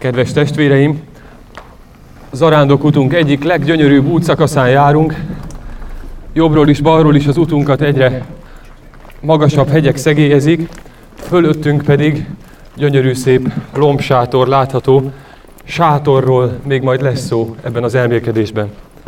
Kedves testvéreim, zarándokutunk egyik leggyönyörűbb útszakaszán járunk. Jobbról is, balról is az utunkat egyre magasabb hegyek szegélyezik, fölöttünk pedig gyönyörű szép lombsátor látható. Sátorról még majd lesz szó ebben az elmélkedésben.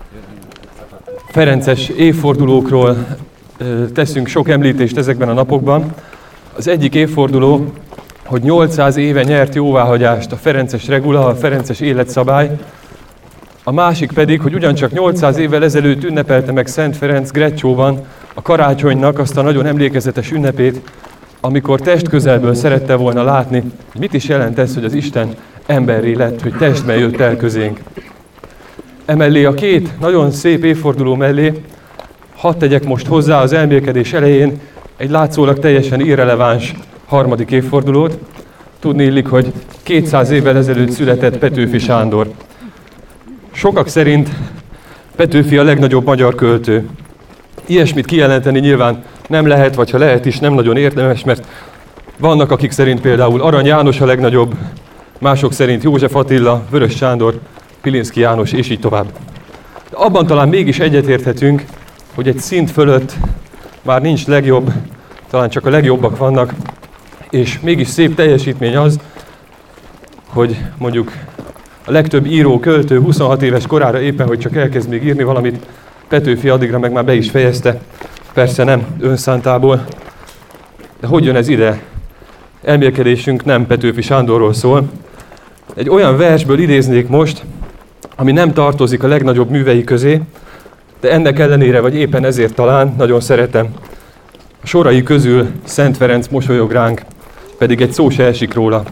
Ferences évfordulókról teszünk sok említést ezekben a napokban. Az egyik évforduló, hogy 800 éve nyert jóváhagyást a ferences regula, a ferences életszabály. A másik pedig, hogy ugyancsak 800 évvel ezelőtt ünnepelte meg Szent Ferenc Greccióban a karácsonynak azt a nagyon emlékezetes ünnepét, amikor testközelből szerette volna látni, hogy mit is jelent ez, hogy az Isten emberré lett, hogy testben jött el közénk. Emellé a két nagyon szép évforduló mellé hadd tegyek most hozzá az elmélkedés elején egy látszólag teljesen irreleváns harmadik évfordulót. Tudni illik, hogy 200 évvel ezelőtt született Petőfi Sándor. Sokak szerint Petőfi a legnagyobb magyar költő. Ilyesmit kijelenteni nyilván nem lehet, vagy ha lehet is, nem nagyon érdemes, mert vannak, akik szerint például Arany János a legnagyobb, mások szerint József Attila, Vörös Sándor, Pilinszky János, és így tovább. De abban talán mégis egyetérthetünk, hogy egy szint fölött már nincs legjobb, talán csak a legjobbak vannak, és mégis szép teljesítmény az, hogy mondjuk a legtöbb író, költő 26 éves korára éppen, hogy csak elkezd még írni valamit, Petőfi addigra meg már be is fejezte, persze nem önszántából. De hogy jön ez ide? Elmélkedésünk nem Petőfi Sándorról szól. Egy olyan versből idéznék most, ami nem tartozik a legnagyobb művei közé, de ennek ellenére, vagy éppen ezért talán nagyon szeretem. A sorai közül Szent Ferenc mosolyog ránk, pedig egy szó se esik róla.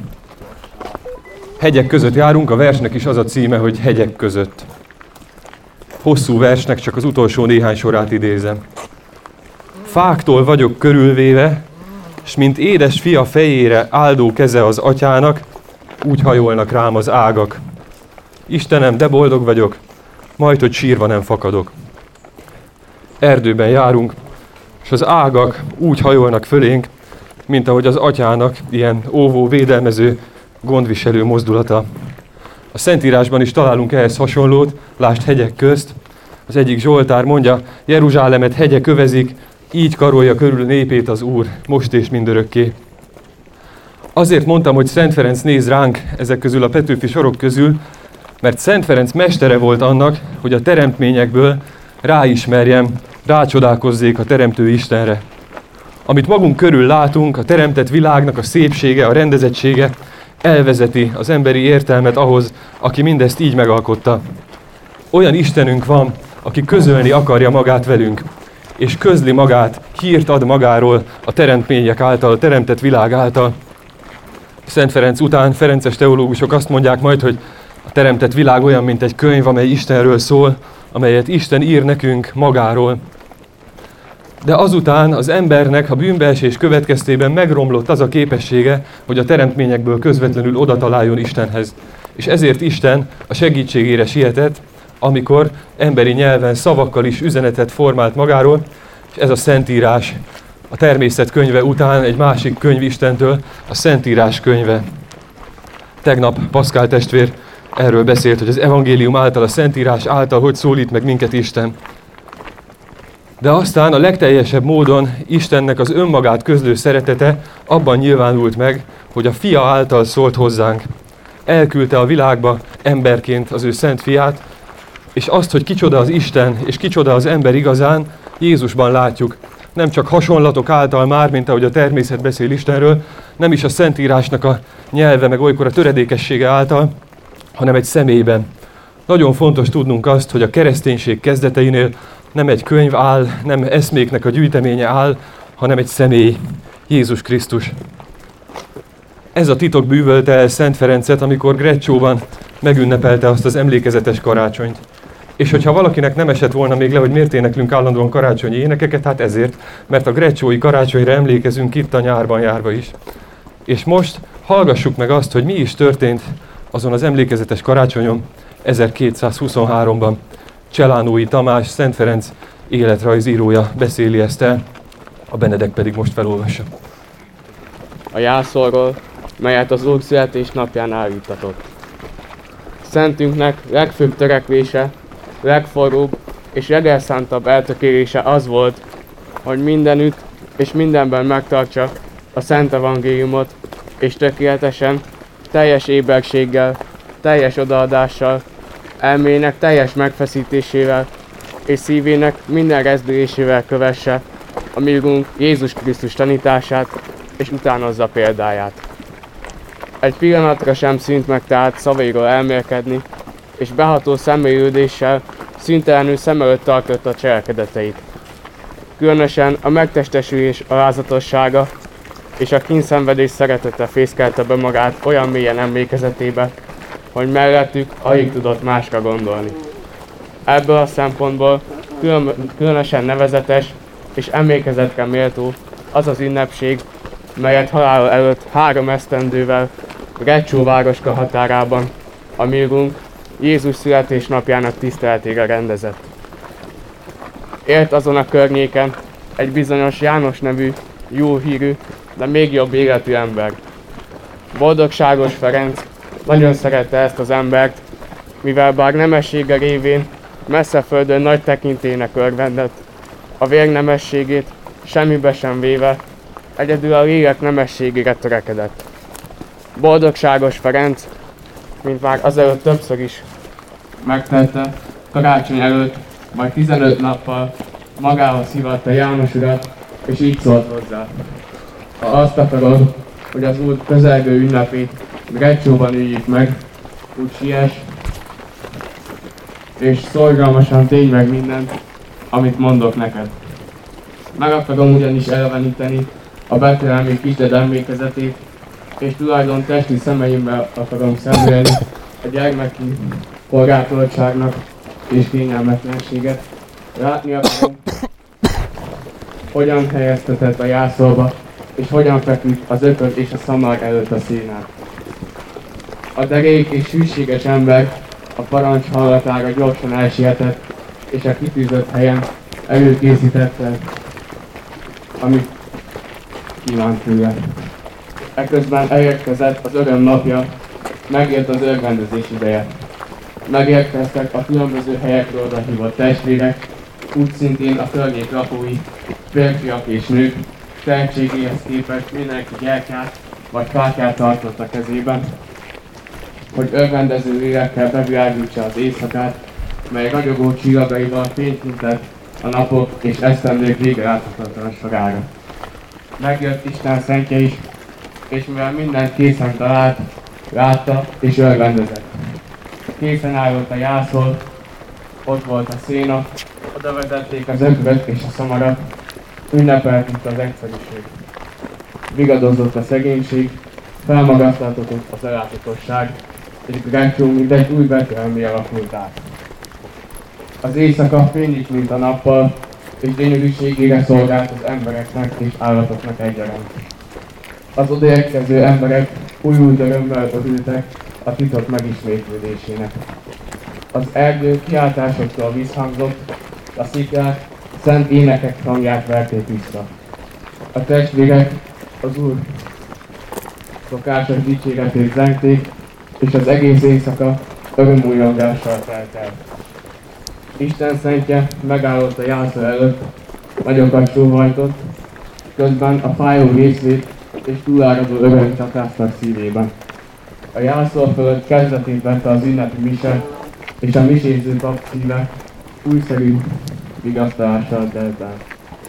Hegyek között járunk, a versnek is az a címe, hogy Hegyek között. Hosszú versnek csak az utolsó néhány sorát idézem. Fáktól vagyok körülvéve, s mint édes fia fejére áldó keze az atyának, úgy hajolnak rám az ágak. Istenem, de boldog vagyok, majd, hogy sírva nem fakadok. Erdőben járunk, és az ágak úgy hajolnak fölénk, mint ahogy az atyának ilyen óvó, védelmező, gondviselő mozdulata. A Szentírásban is találunk ehhez hasonlót, lásd Hegyek közt. Az egyik zsoltár mondja, Jeruzsálemet hegyek övezik, így karolja körül népét az Úr, most és mindörökké. Azért mondtam, hogy Szent Ferenc néz ránk ezek közül a Petőfi sorok közül, mert Szent Ferenc mestere volt annak, hogy a teremtményekből ráismerjem, rácsodálkozzék a Teremtő Istenre. Amit magunk körül látunk, a teremtett világnak a szépsége, a rendezettsége elvezeti az emberi értelmet ahhoz, aki mindezt így megalkotta. Olyan Istenünk van, aki közölni akarja magát velünk, és közli magát, hírt ad magáról a teremtmények által, a teremtett világ által. Szent Ferenc után ferences teológusok azt mondják majd, hogy a teremtett világ olyan, mint egy könyv, amely Istenről szól, amelyet Isten ír nekünk magáról. De azután az embernek a bűnbeesés következtében megromlott az a képessége, hogy a teremtményekből közvetlenül oda találjon Istenhez. És ezért Isten a segítségére sietett, amikor emberi nyelven, szavakkal is üzenetet formált magáról, és ez a Szentírás a természet könyve után egy másik könyv Istentől, a Szentírás könyve. Tegnap Paszkál testvér erről beszélt, hogy az evangélium által, a Szentírás által hogy szólít meg minket Isten. De aztán a legteljesebb módon Istennek az önmagát közlő szeretete abban nyilvánult meg, hogy a Fia által szólt hozzánk. Elküldte a világba emberként az ő szent fiát, és azt, hogy kicsoda az Isten és kicsoda az ember igazán, Jézusban látjuk. Nem csak hasonlatok által már, mint ahogy a természet beszél Istenről, nem is a Szentírásnak a nyelve, meg olykor a töredékessége által, hanem egy személyben. Nagyon fontos tudnunk azt, hogy a kereszténység kezdeteinél nem egy könyv áll, nem eszméknek a gyűjteménye áll, hanem egy személy, Jézus Krisztus. Ez a titok bűvölte el Szent Ferencet, amikor Greccióban megünnepelte azt az emlékezetes karácsonyt. És hogyha valakinek nem esett volna még le, hogy miért éneklünk állandóan karácsonyi énekeket, hát ezért, mert a grecciói karácsonyra emlékezünk itt a nyárban járva is. És most hallgassuk meg azt, hogy mi is történt azon az emlékezetes karácsonyon 1223-ban. Cselánói Tamás, Szent Ferenc életrajzírója beszéli ezt el, a Benedek pedig most felolvassa. A jászolról, melyet az Úr születésnapján állítatott. Szentünknek legfőbb törekvése, legforróbb és legelszántabb eltökélése az volt, hogy mindenütt és mindenben megtartsa a Szent Evangéliumot, és tökéletesen, teljes éberséggel, teljes odaadással, elmének teljes megfeszítésével és szívének minden rezdülésével kövesse a mi Urunk Jézus Krisztus tanítását és utánozza példáját. Egy pillanatra sem szűnt meg tehát szavairól elmélkedni, és beható szemlélődéssel szüntelenül szem előtt tartotta a cselekedeteit. Különösen a megtestesülés alázatossága és a kínszenvedés szeretete fészkelte be magát olyan mélyen emlékezetébe, hogy mellettük alig tudott másra gondolni. Ebből a szempontból különösen nevezetes és emlékezetre méltó az az ünnepség, melyet halála előtt 3 esztendővel Recsó városka határában a mi Urunk Jézus születésnapjának tiszteletére rendezett. Élt azon a környéken egy bizonyos János nevű, jó hírű, de még jobb életű ember. Boldogságos Ferenc nagyon szerette ezt az embert, mivel bár nemessége révén messze földön nagy tekintélynek örvendett, a vérnemességét semmibe sem véve, egyedül a lélek nemességére törekedett. Boldogságos Ferenc, mint már azelőtt többször is megtette, karácsony előtt majd 15 nappal magához hívatta János urat, és így szólt hozzá: ha azt akarod, hogy az Úr közelgő ünnepét Recsóban üljük meg, úgy siess, és szorgalmasan tégy meg mindent, amit mondok neked. Meg akarom ugyanis elveníteni a betlehemi kisded emlékezetét, és tulajdon testi szemeimmel akarom szemlélni a gyermeki korlátoltságnak és kényelmetlenséget. Látni akarom, hogyan helyeztetett a jászolba, és hogyan feküdt az ököl és a szamar előtt a színán. A derék és hűséges ember a parancs hallatára gyorsan elsietett, és a kitűzött helyen előkészítette, amit kívánt tőle. Eközben elérkezett az öröm napja, megért az örvendezés ideje. Megérkeztek a különböző helyekről odahívott testvérek, úgy szintén a környék lakói, férfiak és nők, tehetségéhez képest mindenki gyertyát vagy fákját tartott a kezében, hogy örvendező lélekkel bevilágítsa az éjszakát, mely ragyogó csillagaival fényt intett a napok és esztendők vége láthatatlan sorára. Megjött Isten szentje is, és mivel mindent készen talált, látta és örvendezett. Készen állott a jászol, ott volt a széna, oda vezették az ökröt és a szamarat, ünnepelt itt az egyszerűség. Vigadozott a szegénység, felmagasztatott az ellátatosság, és Recsó mint egy új Betlehem alakult át. Az éjszaka fénylik, mint a nappal, és gyönyörűségére szolgált az embereknek és állatoknak egyaránt. Az odaérkező emberek újult örömmel örültek a titok megismétlődésének. Az erdő kiáltásoktól visszhangzott, a sziklák szent énekek hangját verték vissza. A testvérek az Úr szokásos dicséretét zengték, és az egész éjszaka örömújjongással telt el. Isten szentje megállott a jászol előtt, nagyokat sóhajtott, közben a fájó részvét és túláradó öröm csatáztak szívében. A jászol fölött kezdetét vette az ünnepi mise, és a miséző pap szíve újszerű vigasztalással telt el.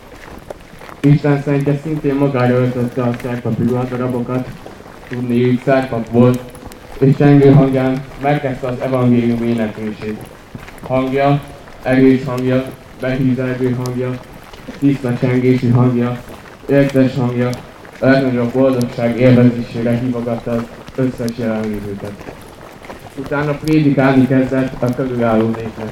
Isten szentje szintén magára öltötte a szerpapi ruhadarabokat, tudniillik szerpap volt, és csengő hangján megkezdte az evangélium éneklését. Hangja, erős hangja, behízelgő hangja, tiszta csengésű hangja, értes hangja, a legnagyobb boldogság élvezésére hívogatta az összes jelenlévőket. Utána prédikálni kezdett a körülálló népnek.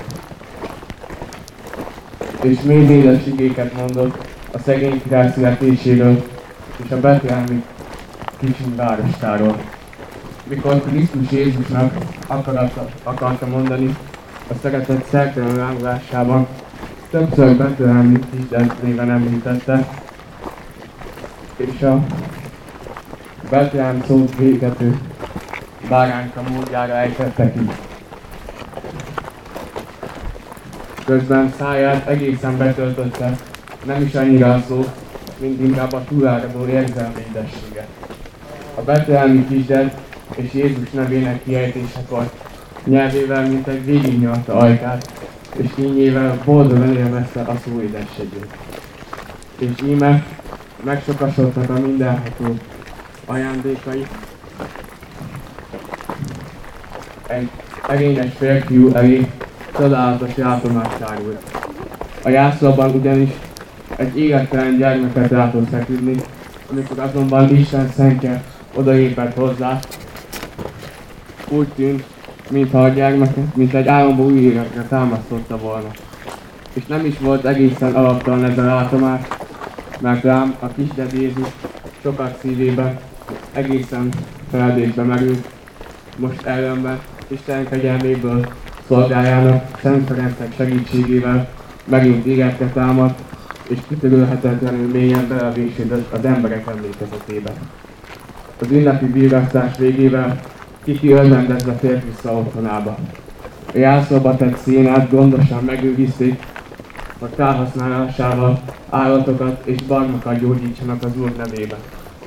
És mély édes igéket mondott a szegény király születéséről és a betlehemi kicsi városkáról. Mikor Krisztus Jézusnak akarta mondani a szeretet szertelen lángolásában, többször betlehemi kisded néven említette, és a Betlehem szót végető báránka módjára ejtette ki. közben száját egészen betöltötte, nem is annyira a szó, mint inkább a túláradó érzelmi édessége. A betlehemi kisded és Jézus nevének kiejtésekor nyelvével mintegy végignyalta ajkát, és kínjével boldogan élvezte a szó édességét. És íme megsokasodtak a mindenható ajándékai, egy egényes férfiú elé csodálatos látomást árult. A jászlóban ugyanis egy élettelen gyermeket látott feküdni, amikor azonban Isten szentje odaépett hozzá, úgy tűnt, mintha a gyermeket, mint egy álomba új életre támasztotta volna. És nem is volt egészen alaptalan ez a látomás, mert rám a kisded Jézus sokak szívében egészen feledésbe merült, most ellenben Isten kegyelméből szolgájának, Szent Ferencnek segítségével megint életre támad, és kitörölhetetlenül mélyen belevésít az emberek emlékezetébe. Az ünnepi virasztás végével Kiki örvendezve tért vissza otthonába. A jászlóba tett szénát gondosan megőrizték, hogy felhasználásával állatokat és barmokat gyógyítsanak az Úr nevében,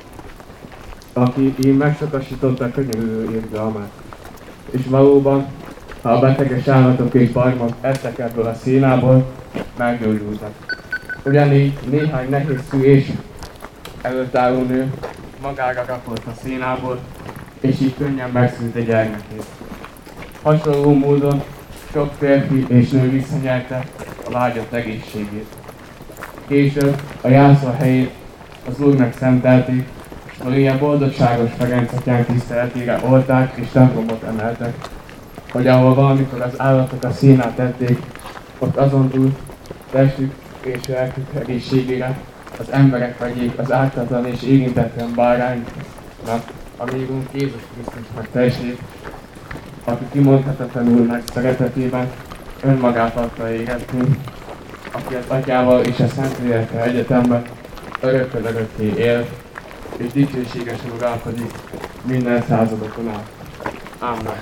aki így megszakasította könyörülő irgalmát. És valóban, ha a beteges állatok és barmok ettek ebből a szénából, meggyógyultak. Ugyanígy néhány nehéz szülés előtt álló nő magára rakott a szénából, és így könnyen megszült egy gyermekét. Hasonló módon sok férfi és nő visszanyerte a vágyott egészségét. Később a jászol helyét az Úrnak szentelték, és Maria boldogságos Ferenc atyánk tiszteletére oltárt és templomot emeltek, hogy ahol valamikor az állatok a színát tették, ott azon túl testük és lelkük egészségére az emberek vegyék az ártatlan és érintetlen báránynak, amígunk Jézus Krisztusnak testét, aki kimondhatatlanul meg szeretetében önmagát adta égetni, aki az Atyával és a Szentlélekkel egyetemben örökkön örökké él, és dicsőségesen uralkodik minden századokon át. Amen.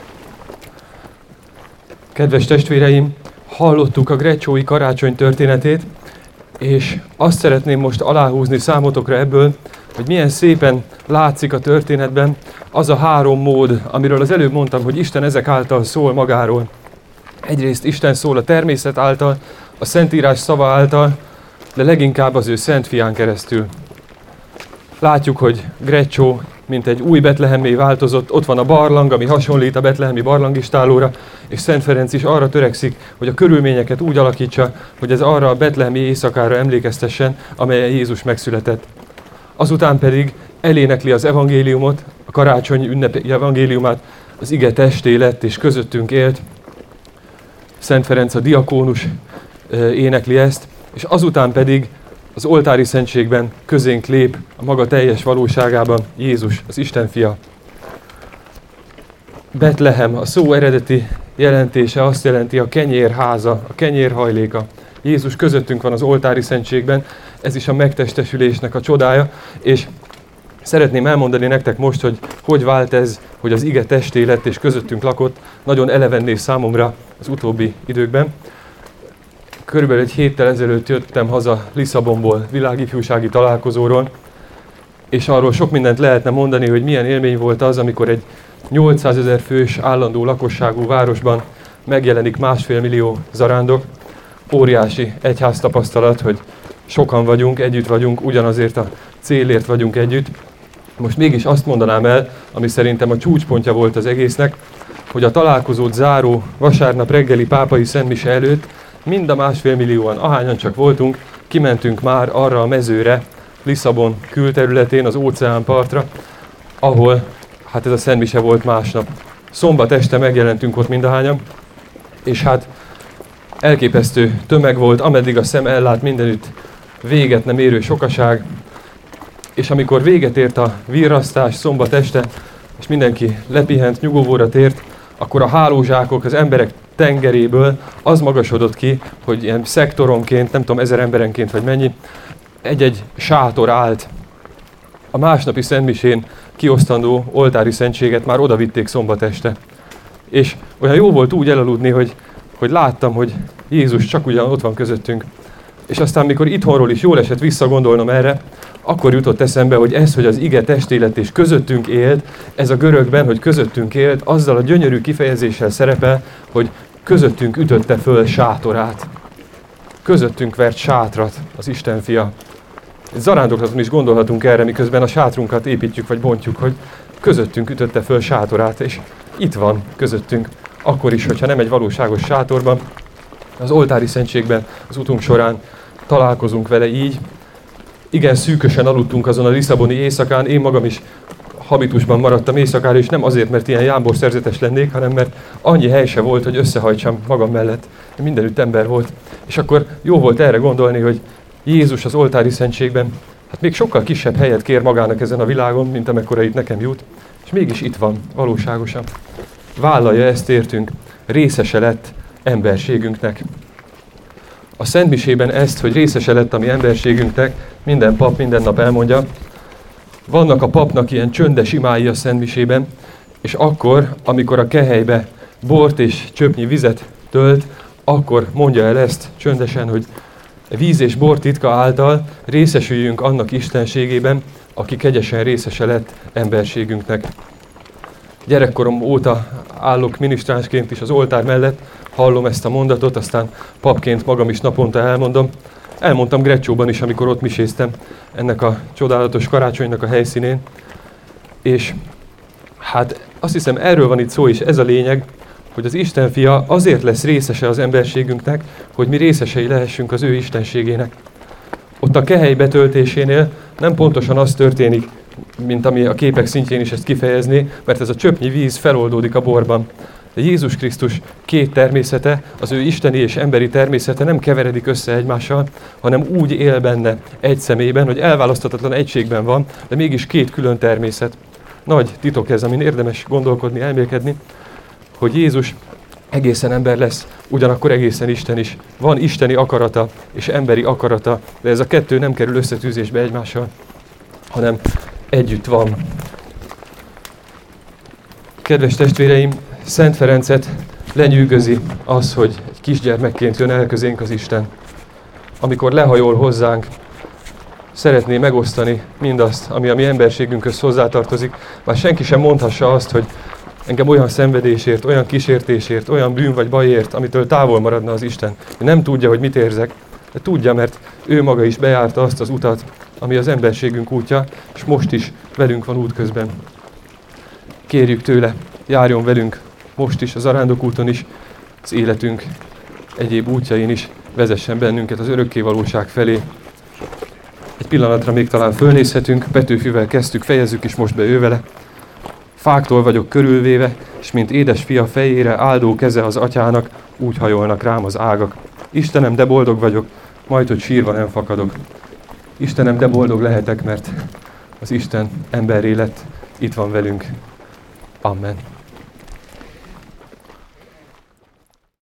Kedves testvéreim, hallottuk a grecsói karácsony történetét, és azt szeretném most aláhúzni számotokra ebből, hogy milyen szépen látszik a történetben az a három mód, amiről az előbb mondtam, hogy Isten ezek által szól magáról. Egyrészt Isten szól a természet által, a Szentírás szava által, de leginkább az ő Szent Fián keresztül. Látjuk, hogy Grecsó mint egy új Betlehemmé változott, ott van a barlang, ami hasonlít a betlehemi barlangistálóra, és Szent Ferenc is arra törekszik, hogy a körülményeket úgy alakítsa, hogy ez arra a betlehemi éjszakára emlékeztessen, amelyen Jézus megszületett. Azután pedig elénekli az evangéliumot, a karácsony ünnepi evangéliumát, az ige testé lett és közöttünk élt. Szent Ferenc a diakónus énekli ezt, és azután pedig az oltári szentségben közénk lép a maga teljes valóságában Jézus, az Isten fia. Betlehem, a szó eredeti jelentése azt jelenti a kenyérháza, a kenyérhajléka. Jézus közöttünk van az oltári szentségben, ez is a megtestesülésnek a csodája, és szeretném elmondani nektek most, hogy vált ez, hogy az ige testé lett és közöttünk lakott, nagyon elevenné számomra az utóbbi időkben. Körülbelül egy héttel ezelőtt jöttem haza Lisszabonból, világifjúsági találkozóról, és arról sok mindent lehetne mondani, hogy milyen élmény volt az, amikor egy 800 000 fős állandó lakosságú városban megjelenik 1,5 millió zarándok. Óriási egyháztapasztalat, hogy sokan vagyunk, együtt vagyunk, ugyanazért a célért vagyunk együtt. Most mégis azt mondanám el, ami szerintem a csúcspontja volt az egésznek, hogy a találkozót záró vasárnap reggeli pápai szentmise előtt mind a 1,5 millióan, ahányan csak voltunk, kimentünk már arra a mezőre, Lisszabon külterületén, az óceánpartra, ahol hát ez a szentmise volt másnap. Szombat este megjelentünk ott mindahányan, és hát elképesztő tömeg volt, ameddig a szem ellát, mindenütt véget nem érő sokaság, és amikor véget ért a virrasztás szombat este, és mindenki lepihent, nyugovóra tért, akkor a hálózsákok, az emberek tengeréből az magasodott ki, hogy ilyen szektoronként, nem tudom, 1000 emberenként vagy mennyi, egy-egy sátor állt. A másnapi szentmisén kiosztandó oltári szentséget már odavitték szombat este. És olyan jó volt úgy elaludni, hogy láttam, hogy Jézus csak ugyan ott van közöttünk. És aztán, mikor itthonról is jól esett visszagondolnom erre, akkor jutott eszembe, hogy ez, hogy az ige testélet és közöttünk élt, ez a görögben, hogy közöttünk élt, azzal a gyönyörű kifejezéssel szerepel, hogy közöttünk ütötte föl sátorát. Közöttünk vert sátrat az Isten fia. Zarándoklaton is gondolhatunk erre, miközben a sátrunkat építjük vagy bontjuk, hogy közöttünk ütötte föl sátorát, és itt van közöttünk. Akkor is, hogyha nem egy valóságos sátorban, az oltári szentségben, az utunk során találkozunk vele így. Igen, szűkösen aludtunk azon a lisszaboni éjszakán, én magam is habitusban maradtam éjszakára, és nem azért, mert ilyen jámbor szerzetes lennék, hanem mert annyi hely se volt, hogy összehajtsam magam mellett. Mindenütt ember volt. És akkor jó volt erre gondolni, hogy Jézus az oltári szentségben, hát még sokkal kisebb helyet kér magának ezen a világon, mint amekkora itt nekem jut, és mégis itt van, valóságosan. Vállalja ezt értünk, részese lett emberségünknek. A szentmisében ezt, hogy részese lett a mi emberségünknek, minden pap minden nap elmondja. Vannak a papnak ilyen csöndes imái a szentmisében, és akkor, amikor a kehelybe bort és csöpnyi vizet tölt, akkor mondja el ezt csöndesen, hogy víz és bor titka által részesüljünk annak istenségében, aki kegyesen részese lett emberségünknek. Gyerekkorom óta állok minisztránsként is az oltár mellett, hallom ezt a mondatot, aztán papként magam is naponta elmondom. Elmondtam Greccsóban is, amikor ott miséztem ennek a csodálatos karácsonynak a helyszínén. És hát azt hiszem, erről van itt szó is, ez a lényeg, hogy az Isten fia azért lesz részese az emberségünknek, hogy mi részesei lehessünk az ő istenségének. Ott a kehely betöltésénél nem pontosan az történik, mint ami a képek szintjén is ezt kifejezné, mert ez a csöpnyi víz feloldódik a borban. De Jézus Krisztus két természete, az ő isteni és emberi természete nem keveredik össze egymással, hanem úgy él benne egy személyben, hogy elválaszthatatlan egységben van, de mégis két külön természet. Nagy titok ez, amin érdemes gondolkodni, elmélkedni, hogy Jézus egészen ember lesz, ugyanakkor egészen Isten is. Van isteni akarata és emberi akarata, de ez a kettő nem kerül összetűzésbe egymással, hanem együtt van. Kedves testvéreim, Szent Ferencet lenyűgözi az, hogy egy kisgyermekként jön el közénk az Isten. Amikor lehajol hozzánk, szeretné megosztani mindazt, ami a mi emberségünkhöz hozzátartozik, már senki sem mondhassa azt, hogy engem olyan szenvedésért, olyan kísértésért, olyan bűn vagy bajért, amitől távol maradna az Isten. Ő nem tudja, hogy mit érzek, de tudja, mert ő maga is bejárta azt az utat, ami az emberségünk útja, és most is velünk van útközben. Kérjük tőle, járjon velünk most is, az arándokúton is, az életünk egyéb útjain is, vezessen bennünket az örökkévalóság felé. Egy pillanatra még talán fölnézhetünk, Petőfivel kezdtük, fejezzük is most be ő vele. Fáktól vagyok körülvéve, és mint édes fia fejére áldó keze az atyának, úgy hajolnak rám az ágak. Istenem, de boldog vagyok, majd hogy sírva nem fakadok. Istenem, de boldog lehetek, mert az Isten emberré lett, itt van velünk. Amen.